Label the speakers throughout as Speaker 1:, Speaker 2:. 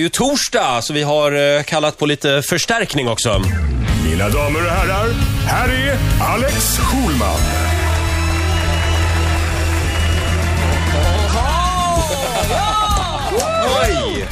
Speaker 1: ju torsdag, så vi har kallat på lite förstärkning också.
Speaker 2: Mina damer och herrar, här är Alex Schulman.
Speaker 1: Oj!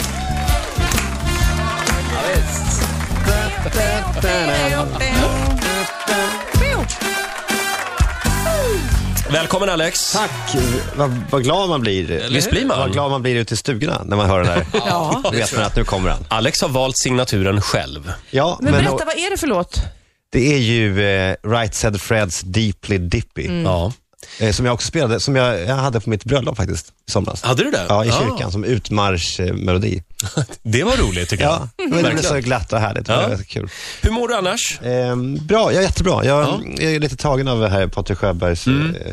Speaker 1: Välkommen Alex.
Speaker 3: Tack, vad glad man blir.
Speaker 1: Visst blir man?
Speaker 3: Vad glad man blir ute i stugorna när man hör den här.
Speaker 4: Ja.
Speaker 3: Då vet man att nu kommer han.
Speaker 1: Alex har valt signaturen själv.
Speaker 3: Ja,
Speaker 4: Men berätta, vad är det för låt?
Speaker 3: det är ju Right Said Freds Deeply Dippy.
Speaker 1: Ja.
Speaker 3: Som jag också spelade, som jag hade på mitt bröllop faktiskt i somras.
Speaker 1: Hade du det?
Speaker 3: Ja, i kyrkan som utmarschmelodi.
Speaker 1: Det var roligt tycker jag.
Speaker 3: Ja, men det är så glatt och härligt.
Speaker 1: Ja.
Speaker 3: Det var så kul.
Speaker 1: Hur mår du annars?
Speaker 3: Bra, jag är jättebra. Jag är lite tagen av det här Patrik Sjöbergs.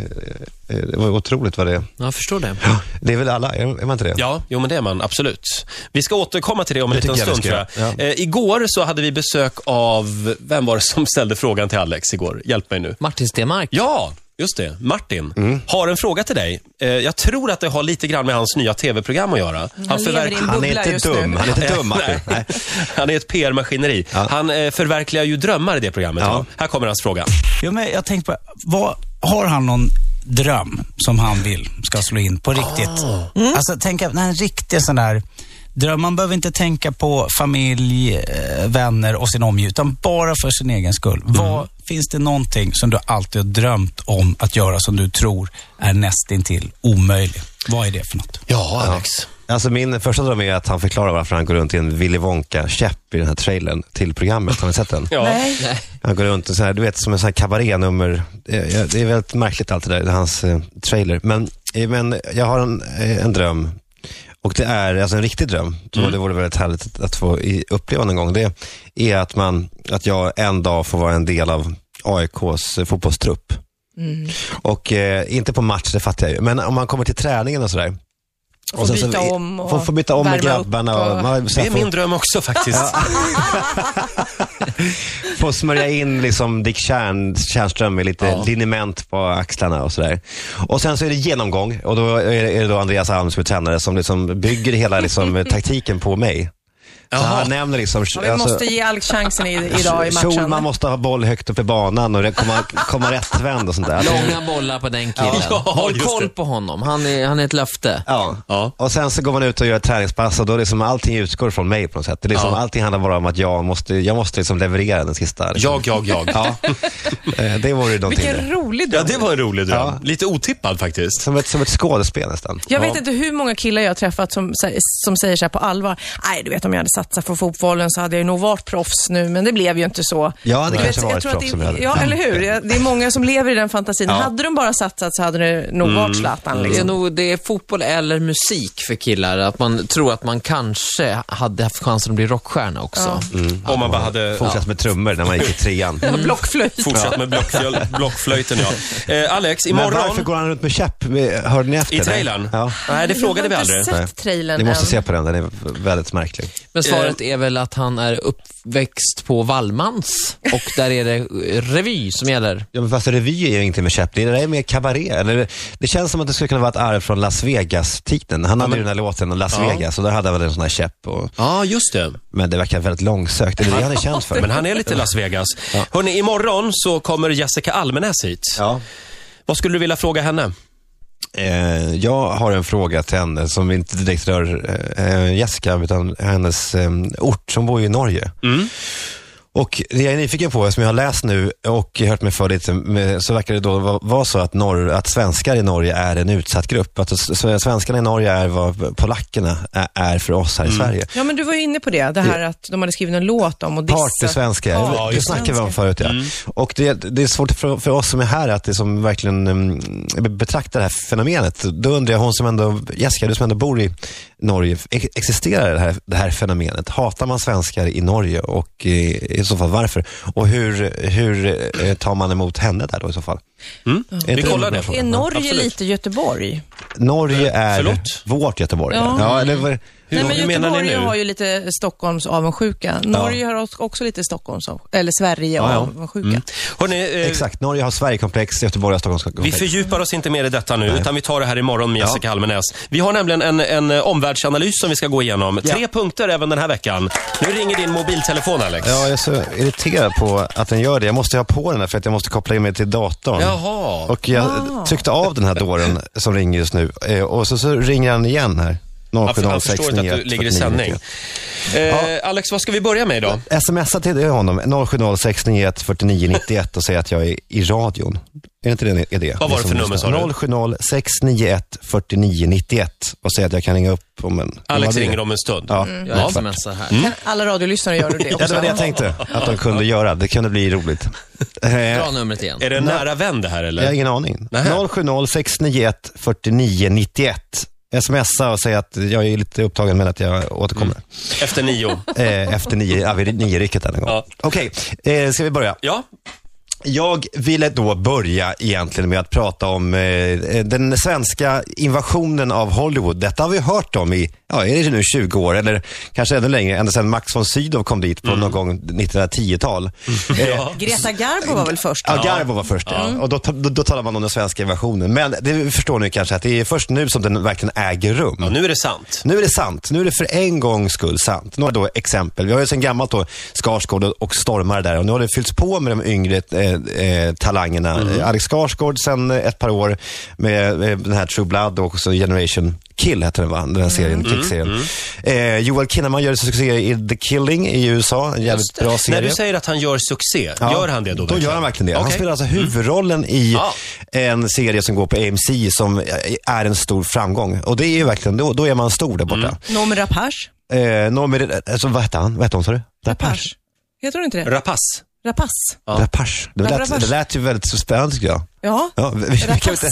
Speaker 3: Det var otroligt vad det är.
Speaker 5: Jag förstår det.
Speaker 3: Ja, det är väl alla, är man inte det?
Speaker 1: Ja, jo men det är man, absolut. Vi ska återkomma till det om en liten stund tror jag.
Speaker 3: Ja.
Speaker 1: Igår så hade vi besök av, vem var det som ställde frågan till Alex igår? Hjälp mig nu.
Speaker 5: Martin Stenmark.
Speaker 1: Ja, just det. Martin har en fråga till dig. Jag tror att det har lite grann med hans nya tv-program att göra.
Speaker 4: Han lever i en
Speaker 3: Han är
Speaker 4: bubbla
Speaker 3: inte
Speaker 4: just
Speaker 3: dum,
Speaker 4: nu.
Speaker 3: han är inte dum, Martin. Nej.
Speaker 1: Han är ett PR-maskineri.
Speaker 3: Ja.
Speaker 1: Han förverkligar ju drömmar i det programmet.
Speaker 3: Ja.
Speaker 1: Ja. Här kommer hans fråga.
Speaker 6: Jo, men jag tänkte på, har han någon dröm som han vill ska slå in på riktigt? Alltså, tänk en riktig sån där dröm. Man behöver inte tänka på familj, vänner och sin omgivning, utan bara för sin egen skull. Finns det någonting som du alltid har drömt om att göra som du tror är nästintill omöjligt? Vad är det för något?
Speaker 1: Ja, Alex.
Speaker 3: Alltså min första dröm är att han förklarar varför han går runt i en Willy Wonka-käpp i den här trailern till programmet. Har ni sett den?
Speaker 1: Ja.
Speaker 4: Nej.
Speaker 3: Han går runt och så här, du vet, som en sån här kabarénummer. Det är väldigt märkligt allt det där, hans trailer. Men jag har en dröm. Och det är alltså en riktig dröm. Det vore väldigt härligt att få uppleva någon gång. Det är att jag en dag får vara en del av AIKs fotbollstrupp. Och inte på match, det fattar jag ju. Men om man kommer till träningen och sådär.
Speaker 4: Och så byta om och
Speaker 3: får byta om med
Speaker 4: värma upp
Speaker 3: grabbarna.
Speaker 1: Det är min dröm också faktiskt.
Speaker 3: Få smörja in liksom Dick Tjärnström med lite liniment på axlarna och sådär. Och sen så är det genomgång. Och då är det då Andreas Alm som är tränare som liksom bygger hela liksom taktiken på mig. Så han nämner liksom...
Speaker 4: Vi måste ge Alex chansen idag i matchen.
Speaker 3: Man måste ha boll högt upp i banan och komma rättvänd och sånt där.
Speaker 5: Långa bollar på den killen. Håll koll på honom. Han är ett löfte.
Speaker 3: Ja. Och sen så går man ut och gör ett träningspass och då liksom allting utgår från mig på något sätt. Det liksom, allting handlar bara om att jag måste liksom leverera den sista. Liksom.
Speaker 1: Jag.
Speaker 3: Ja. Det var ju någonting.
Speaker 4: Vilken rolig dröm.
Speaker 1: Ja, det var en rolig dröm.
Speaker 3: Ja.
Speaker 1: Lite otippad faktiskt.
Speaker 3: Som ett skådespel nästan.
Speaker 4: Jag vet inte hur många killar jag har träffat som säger så här på allvar. Nej, du vet, om jag hade satsat för fotbollen så hade jag nog varit proffs nu, men det blev ju inte så.
Speaker 3: Ja, det kanske var ett proffs som jag hade.
Speaker 4: Ja, eller hur? Det är många som lever i den fantasin.
Speaker 3: Ja.
Speaker 4: Hade de bara satsat så hade det nog varit Zlatan. Liksom.
Speaker 5: Det är fotboll eller musik för killar. Att man tror att man kanske hade haft chansen att bli rockstjärna också.
Speaker 1: Om man bara hade
Speaker 3: fortsatt med trummor när man gick i 3:an.
Speaker 4: Blockflöjt.
Speaker 1: fortsatt med blockflöjten, ja. Alex,
Speaker 3: Men
Speaker 1: imorgon...
Speaker 3: varför går han runt med käpp? Hörde ni efter
Speaker 1: I
Speaker 3: det?
Speaker 1: trailern?
Speaker 3: Ja.
Speaker 1: Nej, det frågade vi aldrig.
Speaker 4: Jag har inte sett trailern
Speaker 3: Ni måste
Speaker 4: än.
Speaker 3: se på den är väldigt märklig.
Speaker 5: Men svaret är väl att han är uppväxt på Wallmans. Och där är det revy som gäller.
Speaker 3: Ja, men fast revy är ju inte med käpp. Det är mer kabaré. Eller, det känns som att det skulle kunna vara ett arv från Las Vegas-titeln. Han hade ju den här låten Las Vegas och där hade han väl en sån här käpp.
Speaker 1: Ja, just det.
Speaker 3: Men det verkar väldigt långsökt. Det är det han är känd för.
Speaker 1: Men han är lite Las Vegas. Hörrni, imorgon så kommer Jessica Almenäs hit.
Speaker 3: Ja.
Speaker 1: Vad skulle du vilja fråga henne?
Speaker 3: Jag har en fråga till henne som inte direkt rör Jessica utan hennes ort som bor i Norge. Och det jag är nyfiken på, som jag har läst nu och hört mig för lite, så verkar det då vara så att svenskar i Norge är en utsatt grupp. Att svenskarna i Norge är vad polackerna är för oss här i Sverige.
Speaker 4: Ja, men du var ju inne på det här att de hade skrivit en låt om och dissa.
Speaker 3: Partysvenska, det snackar vi om förut, ja. Och det är svårt för oss som är här att det som verkligen betraktar det här fenomenet. Då undrar jag, Jessica, du som ändå bor i Norge, existerar det här fenomenet? Hatar man svenskar i Norge och i så fall varför? Och hur tar man emot henne där då i så fall?
Speaker 1: Vi kollar det.
Speaker 4: Är Norge
Speaker 1: Absolut.
Speaker 4: lite Göteborg?
Speaker 3: Norge är
Speaker 1: Förlåt?
Speaker 3: vårt Göteborg.
Speaker 4: Ja.
Speaker 3: Ja, eller
Speaker 1: Hur menar ni
Speaker 4: Göteborg
Speaker 1: nu?
Speaker 4: har ju lite Stockholms avundsjuka. Norge har också lite Stockholms eller Sverige avundsjuka.
Speaker 1: Hörrni,
Speaker 3: Exakt, Norge har Sverigekomplex, Göteborg har Stockholmskomplex.
Speaker 1: vi fördjupar oss inte mer i detta nu, utan vi tar det här imorgon med Jessica Almenäs. Vi har nämligen en omvärldsanalys som vi ska gå igenom. 3 punkter även den här veckan. Nu ringer din mobiltelefon, Alex.
Speaker 3: Ja, jag är så irriterad på att den gör det. Jag måste ha på den här för att jag måste koppla in mig till datorn.
Speaker 1: Jaha.
Speaker 3: Och jag tryckte av den här dåren som ringer just nu. Och så ringer han igen här.
Speaker 1: Jag förstår inte att du ligger i sändning. Alex, vad ska vi börja med idag?
Speaker 3: Smsa till honom 070-691-4991 och säga att jag är i radion. Är inte det en idé?
Speaker 1: Vad var det för nummer, sa du?
Speaker 3: 070-691-4991 och säga att jag kan ringa upp om en...
Speaker 1: Alex ringer om en stund.
Speaker 3: Ja.
Speaker 5: Jag smsar här.
Speaker 4: Kan alla radiolyssnare gör det också?
Speaker 3: Ja, det var det jag tänkte att de kunde göra. Det kunde bli roligt.
Speaker 5: Dra numret igen.
Speaker 1: Är det en nära vän det här, eller?
Speaker 3: Jag har ingen aning. 070-691-4991. Smsa och säga att jag är lite upptagen men att jag återkommer.
Speaker 1: Efter 9.
Speaker 3: Efter 9, ja, vid 9-rycket en gång.
Speaker 1: Ja.
Speaker 3: Okej, ska vi börja?
Speaker 1: Ja.
Speaker 3: Jag ville då börja egentligen med att prata om den svenska invasionen av Hollywood. Detta har vi hört om i, är det nu 20 år eller kanske ännu längre, ända sedan Max von Sydow kom dit på någon gång 1910-tal.
Speaker 4: Greta Garbo var väl först?
Speaker 3: Ja, Garbo var först. Ja. Och då talar man om den svenska invasionen. Men det förstår ni kanske att det är först nu som den verkligen äger rum.
Speaker 1: Ja, nu är det sant.
Speaker 3: Nu är det sant. Nu är det för en gångs skull sant. Några då exempel. Vi har ju sedan gammalt då Skarsgård och Stormare där. Och nu har det fyllts på med de yngre talangerna. Alex Skarsgård sedan ett par år med den här True Blood och också Generation Kill heter den, va? Den här serien, Kick-serien. Joel Kinnaman gör succé i The Killing i USA. En jävligt bra serie.
Speaker 1: När du säger att han gör succé, gör han det då?
Speaker 3: Då gör han verkligen det.
Speaker 1: Okay.
Speaker 3: Han spelar alltså huvudrollen i en serie som går på AMC som är en stor framgång. Och det är ju verkligen, då är man stor där borta.
Speaker 4: Noomi Rapace.
Speaker 3: Alltså, vad heter han? Vad heter hon, sa du?
Speaker 4: Rapace. Heter hon inte det?
Speaker 1: Rapace.
Speaker 3: Rapace. Det lät ju väldigt spännande, tycker jag.
Speaker 4: Ja,
Speaker 3: Noomi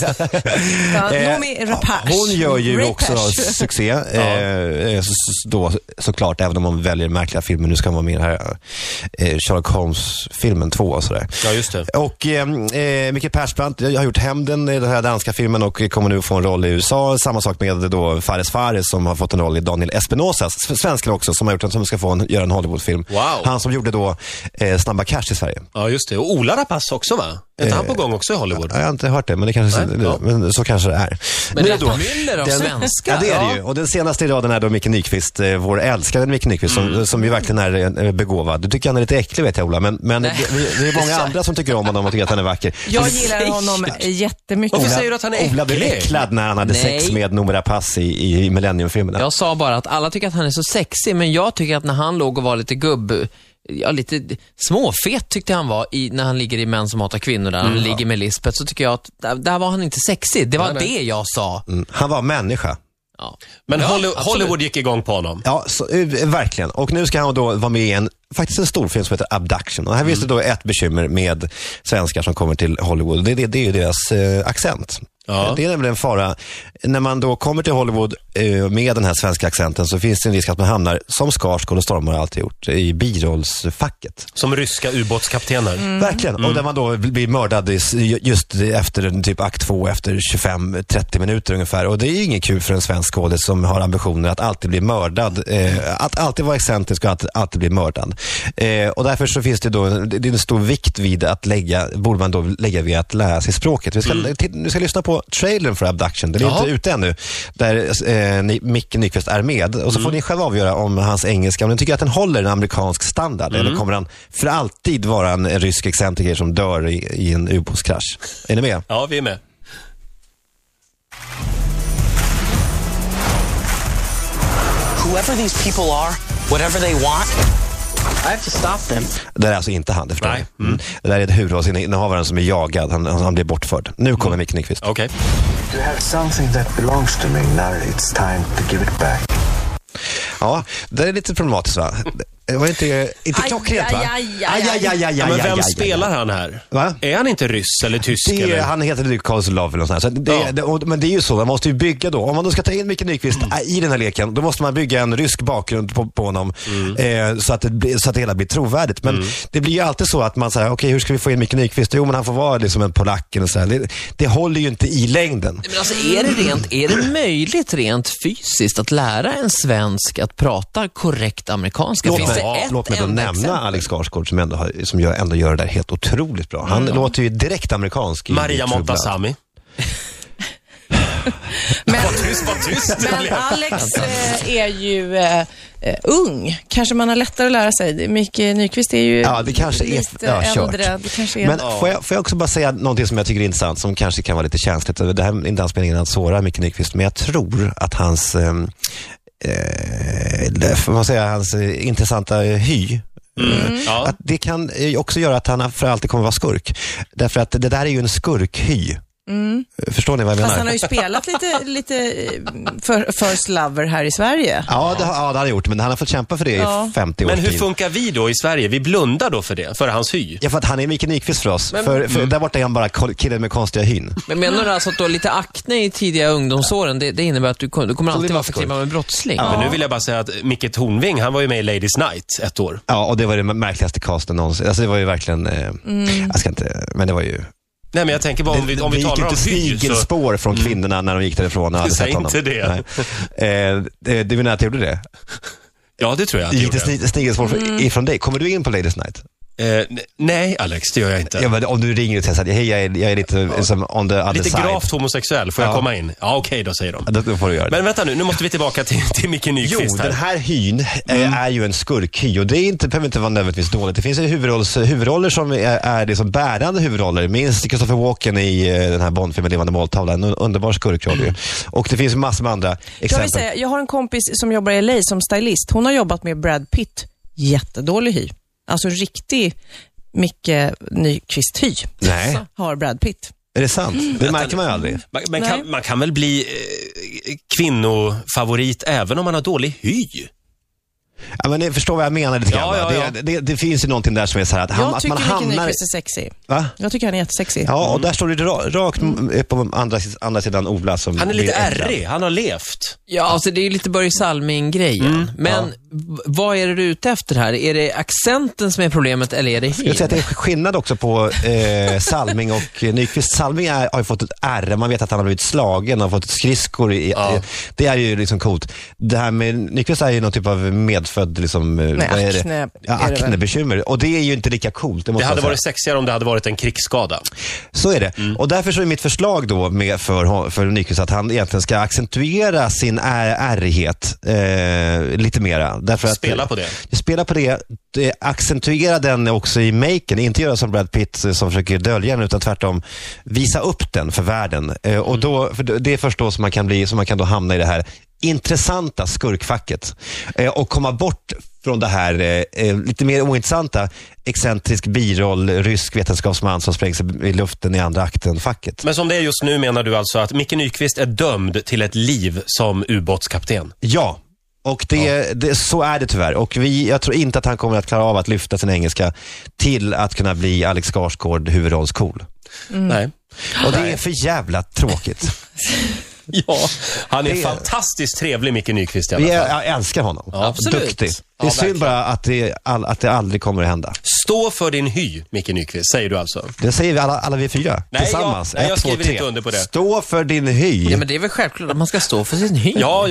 Speaker 3: Rapace. Hon gör ju också succé. Då, såklart, även om man väljer märkliga filmer. Nu ska man vara med i den här Sherlock Holmes-filmen 2 och sådär.
Speaker 1: Ja, just det.
Speaker 3: Och Mikael Persbrandt, jag har gjort Hämnden i den här danska filmen och kommer nu få en roll i USA. Samma sak med då Fares som har fått en roll i Daniel Espinosas, svensken också, som har gjort som ska få göra en Hollywoodfilm.
Speaker 1: Wow.
Speaker 3: Han som gjorde då Snabba Cash i Sverige.
Speaker 1: Ja, just det. Och Ola Rapace också, va? Är inte han på gång också i Hollywood?
Speaker 3: Jag har inte hört det, men det kanske men så kanske det är.
Speaker 5: Men det är då myller av svenska.
Speaker 3: Ja, det är det ju. Och den senaste i raden är då Micke Nyqvist, vår älskade Micke Nyqvist, som ju verkligen är begåvad. Du tycker han är lite äcklig, vet jag, Ola, men det är många andra som tycker om honom och tycker att han är vacker.
Speaker 4: Jag gillar honom jättemycket.
Speaker 1: Varför säger du att han är äcklig?
Speaker 3: Ola blev äcklad när han hade sex med Noomi Rapace i Millennium-filmerna.
Speaker 5: Jag sa bara att alla tycker att han är så sexig, men jag tycker att när han låg och var lite lite småfet tyckte han var när han ligger i Män som hatar kvinnor där han ligger med Lisbeth, så tycker jag att där var han inte sexig. Det var det jag sa.
Speaker 3: Han var människa.
Speaker 5: Ja.
Speaker 1: Men Hollywood gick igång på honom.
Speaker 3: Ja, verkligen. Och nu ska han då vara med i en storfilm som heter Abduction. Och här finns det då ett bekymmer med svenskar som kommer till Hollywood. Det är ju deras accent. Ja. Det är nämligen en fara. När man då kommer till Hollywood med den här svenska accenten så finns det en risk att man hamnar, som Skarsgård och Stormare alltid gjort, i birollsfacket.
Speaker 1: Som ryska ubåtskaptener.
Speaker 3: Verkligen. Och där man då blir mördad just efter typ akt 2 efter 25-30 minuter ungefär. Och det är ju ingen kul för en svensk skådespelare som har ambitioner att alltid bli mördad. Att alltid vara excentrisk och att alltid bli mördad. Och därför så finns det då det är en stor vikt vid att borde man då lägga vid att lära sig språket. Vi ska lyssna på trailern för Abduction. Den är inte ute ännu. Där Micke Nyqvist är med. Och så får ni själv avgöra om hans engelska, om ni tycker att den håller en amerikansk standard. Eller kommer han för alltid vara en rysk excentriker som dör i en ubåtskrasch. Är ni med?
Speaker 1: Ja, vi är med.
Speaker 7: Whoever these people are, whatever they want, I have to stop them.
Speaker 3: Det är alltså inte han, det förstår jag. Det där är huvudrollsinnehavaren som är jagad. Han blir bortförd. Nu kommer Micke Nyqvist.
Speaker 1: Okej.
Speaker 8: You have something that belongs to me. Now it's time to give it back.
Speaker 3: Ja, det är lite problematiskt, va? var det inte klockrent, va?
Speaker 1: Men vem spelar han här?
Speaker 3: Va?
Speaker 1: Är han inte ryss eller tysk? Eller?
Speaker 3: Han heter Luke Kozlov eller något sånt här. Men det är ju så, man måste ju bygga då. Om man då ska ta in Micke Nyqvist i den här leken, då måste man bygga en rysk bakgrund på honom så att det hela blir trovärdigt. Men det blir ju alltid så att man säger, okej, hur ska vi få in Micke Nyqvist? Jo, men han får vara liksom en polack eller så här. Det håller ju inte i längden.
Speaker 5: Men alltså, är det möjligt rent fysiskt att lära en svensk att prata korrekt amerikanska?
Speaker 3: Låt mig då nämna Alex Skarsgård som ändå gör det där helt otroligt bra. Han låter ju direkt amerikansk.
Speaker 1: Maria Montazami.
Speaker 4: Men
Speaker 1: Vad tyst.
Speaker 4: Men Alex är ju ung. Kanske man har lättare att lära sig. Micke Nyqvist är ju
Speaker 3: det kanske
Speaker 4: lite äldre. Det kanske är
Speaker 3: men får jag också bara säga någonting som jag tycker är intressant, som kanske kan vara lite känsligt. Det här är inte hans meningen att såra Micke Nyqvist, men jag tror att hans hans intressanta hy att det kan också göra att han för alltid kommer vara skurk. Därför att det där är ju en skurkhy. Förstår ni vad jag menar?
Speaker 4: Fast han har ju spelat lite First Lover här i Sverige.
Speaker 3: Ja, det har han gjort, men han har fått kämpa för det i 50 år.
Speaker 1: Men hur funkar vi då i Sverige? Vi blundar då för det, för hans hy?
Speaker 3: Ja, för att han är Micke Nyqvist för oss. För där borta är han bara killen med konstiga hyn.
Speaker 5: Men menar du alltså att då lite akne i tidiga ungdomsåren, det innebär att du kommer alltid vara förknippad med brottsling?
Speaker 1: Ja. Men nu vill jag bara säga att Micke Tornving, han var ju med i Ladies Night ett år.
Speaker 3: Ja, och det var det märkligaste casten någonsin. Alltså det var ju verkligen, jag ska inte, men det var ju...
Speaker 1: Nej, men jag tänker bara om vi talar om hy.
Speaker 3: Det gick inte spår från kvinnorna när de gick därifrån och hade sett honom.
Speaker 1: Inte det.
Speaker 3: Du menar att jag gjorde det?
Speaker 1: Ja, det tror jag.
Speaker 3: Gick det snigelspår ifrån dig? Kommer du in på Ladies Night?
Speaker 1: Nej, Alex, det gör jag inte.
Speaker 3: Ja, men om du ringer och säger att hej, jag är lite som on the other
Speaker 1: lite
Speaker 3: side.
Speaker 1: gravt homosexuell, får jag komma in? Ja, okej, då säger de.
Speaker 3: Då får du göra det.
Speaker 1: Men vänta nu måste vi tillbaka till Micke Nyqvist här.
Speaker 3: Jo, den här hyn är ju en skurkhy, och det behöver inte vara nödvändigtvis dåligt. Det finns ju huvudroller som är liksom bärande huvudroller. Minst Christopher Walken i den här Bondfilmen Levande måltavla, en underbar skurkroll. Och det finns massor med andra exempel.
Speaker 4: Jag har en kompis som jobbar i LA som stylist. Hon har jobbat med Brad Pitt. Jättedålig hy. Alltså riktig Micke Nyqvist-hy.
Speaker 3: Nej.
Speaker 4: Har Brad Pitt.
Speaker 3: Är det sant? Det märker man ju aldrig.
Speaker 1: Man kan väl bli kvinnofavorit även om man har dålig hy?
Speaker 3: Ja, men ni förstår vad jag menar lite grann. Det finns ju någonting där som är så här att
Speaker 4: jag tycker
Speaker 3: man hamnar...
Speaker 4: Micke Nyqvist är sexy.
Speaker 3: Va?
Speaker 4: Jag tycker han är jättesexy.
Speaker 3: Ja, och där står det rakt på andra sidan Ola som...
Speaker 1: Han är lite ärrig, han har levt.
Speaker 5: Ja, alltså det är ju lite Börje Salming-grejen. Men vad är det du är ute efter här? Är det accenten som är problemet eller är det hyn?
Speaker 3: Jag säger att det är skillnad också på Salming och Nyqvist. Salming har ju fått ett ärr. Man vet att han har blivit slagen och fått ett skridskor. Det är ju liksom coolt. Det här med Nyqvist är ju någon typ av medfödd liksom... aknebekymmer. Och det är ju inte lika coolt.
Speaker 1: Det hade varit sexigare om det hade varit en krigsskada.
Speaker 3: Så är det. Och därför så är mitt förslag då för Nyqvist att han egentligen ska accentuera sin ärlighet lite mera. Därför
Speaker 1: spela på det.
Speaker 3: Spela på det. Accentuera den också i maken. Inte göra som Brad Pitt som försöker dölja den, utan tvärtom visa upp den för världen. Och då, för det är först då som man kan då hamna i det här intressanta skurkfacket och komma bort från det här lite mer ointressanta excentrisk biroll, rysk vetenskapsman som sprängs i luften i andra akten facket.
Speaker 1: Men som det är just nu menar du alltså att Micke Nyqvist är dömd till ett liv som ubåtskapten?
Speaker 3: Ja. Och så är det tyvärr. Och jag tror inte att han kommer att klara av att lyfta sin engelska till att kunna bli Alex Skarsgård huvudrollscool.
Speaker 1: Nej.
Speaker 3: Och det är för jävla tråkigt.
Speaker 1: Ja, han är fantastiskt trevlig, Micke Nyqvist i alla fall.
Speaker 3: Jag älskar honom.
Speaker 1: Ja, absolut.
Speaker 3: Duktig. Det är synd bara att det aldrig kommer att hända.
Speaker 1: Stå för din hy, Micke Nyqvist, säger du alltså?
Speaker 3: Det säger vi alla vi fyra tillsammans.
Speaker 1: Nej, jag skriver inte under på det.
Speaker 3: Stå för din hy.
Speaker 5: Ja, men det är väl självklart att man ska stå för sin hy.
Speaker 1: Ja.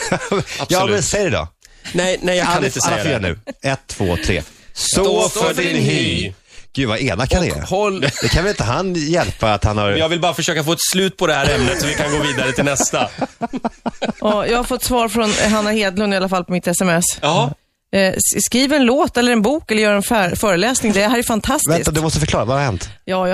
Speaker 3: Ja, men säg det då.
Speaker 1: Nej, jag kan inte säga det.
Speaker 3: Alla fyra nu. 1, 2, 3. Stå för din hy. Gud, vad elak han är. Det kan väl inte han hjälpa att han har...
Speaker 1: Jag vill bara försöka få ett slut på det här ämnet så vi kan gå vidare till nästa.
Speaker 4: Jag har fått svar från Hanna Hedlund i alla fall på mitt sms.
Speaker 1: Ja.
Speaker 4: Skriv en låt eller en bok eller gör en föreläsning. Det här är fantastiskt.
Speaker 3: Vänta, du måste förklara. Vad har hänt?
Speaker 4: Ja,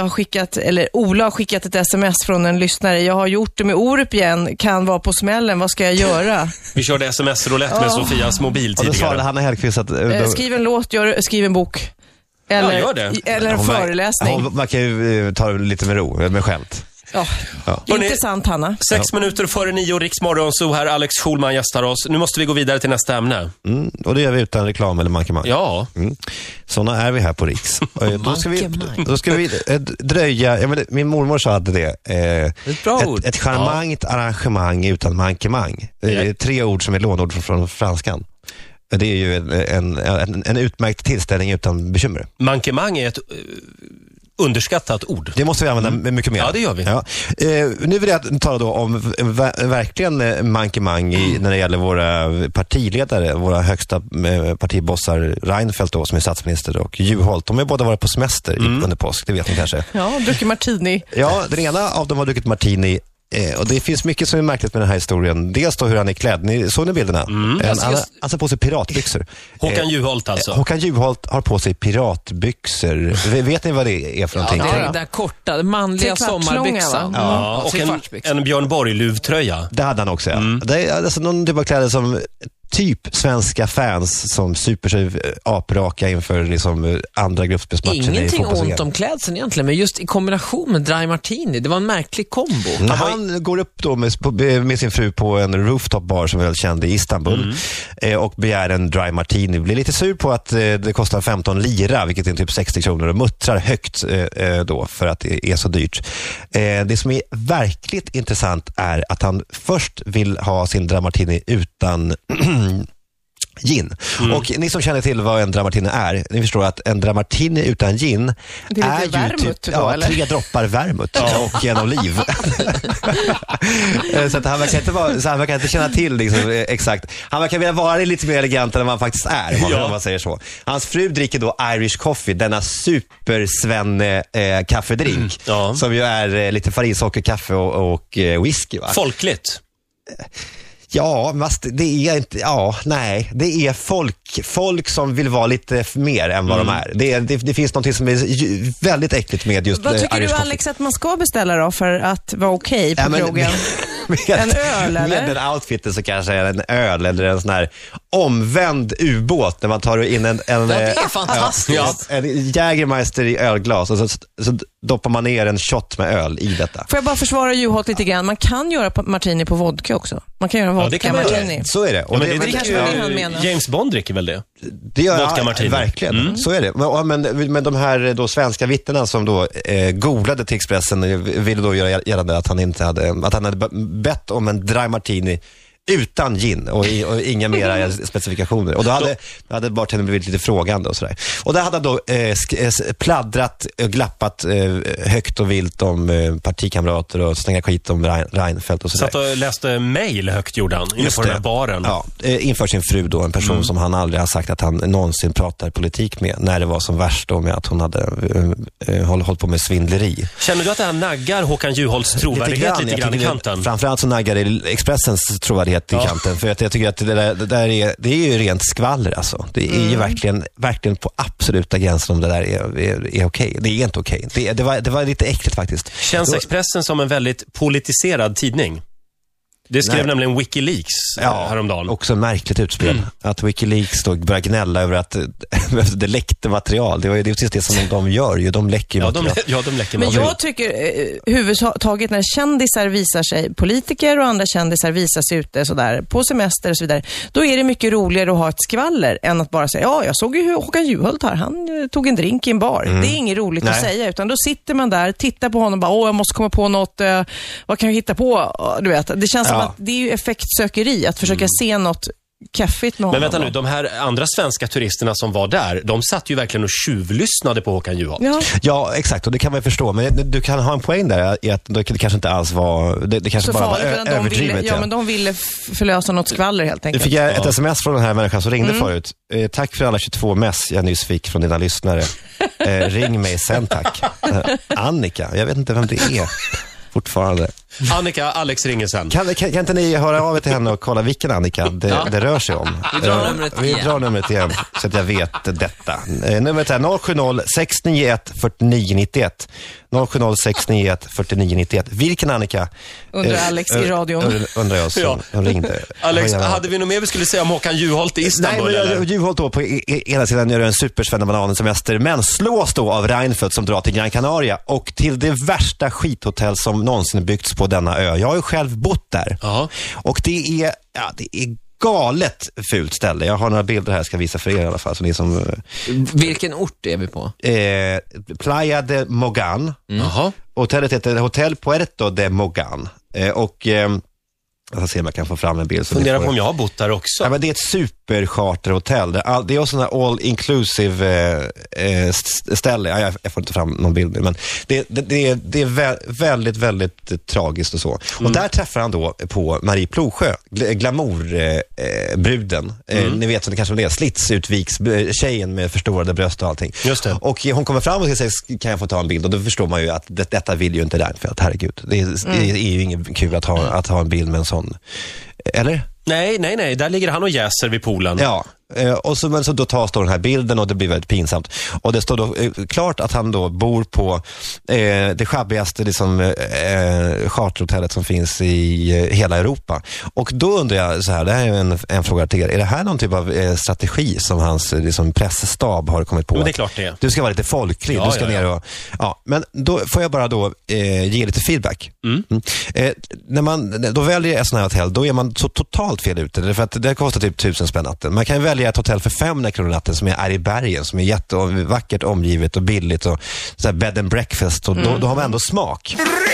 Speaker 4: Ola har skickat ett sms från en lyssnare. Jag har gjort det med Orup igen. Kan vara på smällen. Vad ska jag göra?
Speaker 1: Vi körde sms-roulette med Sofias mobil tidigare.
Speaker 3: Och då svarade Hanna Hellqvist att...
Speaker 4: Skriv en låt, skriv en bok. Eller en föreläsning.
Speaker 3: Man kan ju ta det lite med ro, med skämt.
Speaker 4: Intressant, Hanna.
Speaker 1: 6 minuter före 9, Riksmorgon, så här Alex Schulman gästar oss. Nu måste vi gå vidare till nästa ämne.
Speaker 3: Och det gör vi utan reklam eller mankemang.
Speaker 1: Ja.
Speaker 3: Såna är vi här på Riks. Då ska vi dröja. Min mormor sa att det ett charmant arrangemang utan mankemang. Det är 3 ord som är lånord från franskan. Det är ju en utmärkt tillställning utan bekymmer.
Speaker 1: Mankemang är ett underskattat ord.
Speaker 3: Det måste vi använda mycket mer.
Speaker 1: Ja, det gör vi.
Speaker 3: Ja. Nu vill jag tala då om verkligen mankemang när det gäller våra partiledare, våra högsta partibossar, Reinfeldt då, som är statsminister, och Juholt. De har båda varit på semester under påsk, det vet ni kanske.
Speaker 4: Ja, druckit martini.
Speaker 3: Ja, den ena av dem har druckit martini. Och det finns mycket som är märkligt med den här historien. Dels då hur han är klädd. Såg ni bilderna? Han har på sig piratbyxor.
Speaker 1: Håkan Juholt alltså.
Speaker 3: Håkan Juholt har på sig piratbyxor. Vet ni vad det är för någonting?
Speaker 5: Ja, det där korta, manliga sommarbyxan.
Speaker 1: Ja, och en Björn Borg-luvtröja.
Speaker 3: Det hade han också, ja. Det är alltså någon typ av kläder som typ svenska fans som super sig apraka inför liksom andra gruppspelsmatcher.
Speaker 5: Ingenting ont om klädseln egentligen, men just i kombination med dry martini, det var en märklig kombo.
Speaker 3: Han går upp då med sin fru på en rooftop bar som är väldigt känd i Istanbul och begär en dry martini. Blir lite sur på att det kostar 15 lira, vilket är typ 60 kronor, och muttrar högt då för att det är så dyrt. Det som är verkligt intressant är att han först vill ha sin dry martini utan gin. Och ni som känner till vad en dry martini är, ni förstår att en dry martini utan gin är ju
Speaker 4: vermouth
Speaker 3: typ,
Speaker 4: då, eller?
Speaker 3: 3 droppar vermouth och en oliv. Så att han verkar inte känna till liksom, exakt. Han verkar vilja vara lite mer elegant än vad han faktiskt är, om man säger så. Hans fru dricker då Irish coffee, denna supersvenne kaffedrink, som ju är lite farinsockerkaffe och whisky, va?
Speaker 1: Folkligt.
Speaker 3: Ja, det är inte, nej, det är folk som vill vara lite mer än vad de är. Det finns något som är väldigt äckligt med just
Speaker 4: Vad tycker du, Alex, att man ska beställa då för att vara okej på krogen? En öl, eller?
Speaker 3: Med den outfiten så kanske är en öl eller en sån här omvänd ubåt när man tar in en
Speaker 5: det är fantastiskt.
Speaker 3: En Jägermeister i ölglas och så doppar man ner en shot med öl i detta.
Speaker 4: Får jag bara försvara Juholt lite grann? Man kan göra martini på vodka också. Man kan göra vodka martini.
Speaker 3: Så är det. Och
Speaker 1: det
Speaker 4: kanske var det han menar.
Speaker 1: James Bond dricker väl det?
Speaker 3: Det gör
Speaker 1: vodka martini.
Speaker 3: Verkligen. Så är det. Men de här då svenska vittnena som då googlade till Expressen ville då göra gällande att han hade bett om en dry martini utan gin och inga mera specifikationer. Och då hade bartendern blivit lite frågande och sådär. Och där hade han då pladdrat och glappat högt och vilt om partikamrater och snäga skit om Reinfeldt och sådär.
Speaker 1: Satt och läste mejl högt, gjorde han, inne på den här baren.
Speaker 3: Ja, inför sin fru då, en person som han aldrig har sagt att han någonsin pratar politik med, när det var som värst då med att hon hade hållit på med svindleri.
Speaker 1: Känner du att det här naggar Håkan Juholts trovärdighet lite grann i kanten?
Speaker 3: Framförallt så naggar det Expressens trovärdighet i kanten, för att jag tycker att det är ju rent skvaller alltså. Det är ju verkligen på absoluta gränsen om det där är okej. Det är inte okej. Det var lite äckligt faktiskt.
Speaker 1: Känns Expressen som en väldigt politiserad tidning? Det skrev nämligen Wikileaks häromdagen.
Speaker 3: Också märkligt utspel. Att Wikileaks då börjar gnälla över att det läckte material. Det är precis det som de gör ju. De läcker material.
Speaker 1: De läcker
Speaker 4: Men
Speaker 1: material.
Speaker 4: jag tycker huvudtaget när kändisar visar sig, politiker och andra kändisar visar sig ute sådär, på semester och så vidare, då är det mycket roligare att ha ett skvaller än att bara säga, jag såg ju Håkan Juholt här, han tog en drink i en bar. Det är inget roligt att säga, utan då sitter man där, tittar på honom och bara, jag måste komma på något, vad kan jag hitta på? Du vet, det känns som att det är ju effektsökeri, att försöka se något kaffigt med honom.
Speaker 1: Men vänta nu, de här andra svenska turisterna som var där, de satt ju verkligen och tjuvlyssnade på Håkan Juholt.
Speaker 3: Ja, exakt, och det kan man förstå. Men du kan ha en poäng där i att det kanske inte alls var, det kanske bara var överdrivet.
Speaker 4: Men de ville förlösa något skvaller helt enkelt.
Speaker 3: Nu fick jag ett sms från den här människan som ringde förut. Tack för alla 22 mess jag nyss fick från dina lyssnare. Ring mig sen, tack. Annika, jag vet inte vem det är fortfarande.
Speaker 1: Annika, Alex ringer sen.
Speaker 3: Kan inte ni höra av er till henne och kolla vilken Annika det rör sig om?
Speaker 5: Vi drar
Speaker 3: numret igen så att jag vet detta. Numret är 070 691 4991. 070 691 4991. Vilken Annika?
Speaker 4: Undrar Alex i radion.
Speaker 3: Undrar jag som ringde.
Speaker 1: Alex, hade vi nog mer vi skulle säga om Håkan Juholt i Istanbul?
Speaker 3: Nej, men Juholt då på ena sidan gör en superspännande semester, men slås då av Reinfeldt som drar till Gran Canaria och till det värsta skithotell som någonsin byggts på denna ö. Jag har ju själv bott där. Och det är galet fult ställe. Jag har några bilder här jag ska visa för er i alla fall. Så ni som,
Speaker 5: Vilken ort är vi på?
Speaker 3: Playa de Mogan. Hotellet heter Hotel Puerto de Mogan. Jag ska se om jag kan få fram en bild.
Speaker 1: Funderar på om jag har bott där också.
Speaker 3: Ja, men det är ett supercharterhotell. Det är också en all-inclusive ställe. Jag får inte fram någon bild. Men det är väldigt, väldigt tragiskt och så. Och där träffar han då på Marie Plogsjö, glamourbruden. Ni vet som det kanske är, slitsutviks-tjejen med förstorade bröst och allting.
Speaker 1: Just det.
Speaker 3: Och hon kommer fram och säger, kan jag få ta en bild? Och då förstår man ju att detta vill ju inte Reinfeldt. Herregud. Det är ju inget kul att ha en bild med en sån. Eller?
Speaker 1: Nej. Där ligger han och jäser vid poolen.
Speaker 3: Ja. Och så då tas då den här bilden och det blir väldigt pinsamt. Och det står då klart att han då bor på det schabbigaste liksom, charterhotellet som finns i hela Europa. Och då undrar jag så här, det här är en fråga till er. Är det här någon typ av strategi som hans liksom, pressstab har kommit på?
Speaker 1: Men det är klart det är.
Speaker 3: Du ska vara lite folklig. Du ska ner och... Ja, men då får jag bara då ge lite feedback. När man då väljer ett sånt här hotell, då är man så totalt fel ute. För att det kostar typ 1000 spänn natten. Man kan välja ett hotell för 500 kronor natten som är i bergen, som är jättevackert omgivet och billigt och så här bed and breakfast och då har man ändå smak.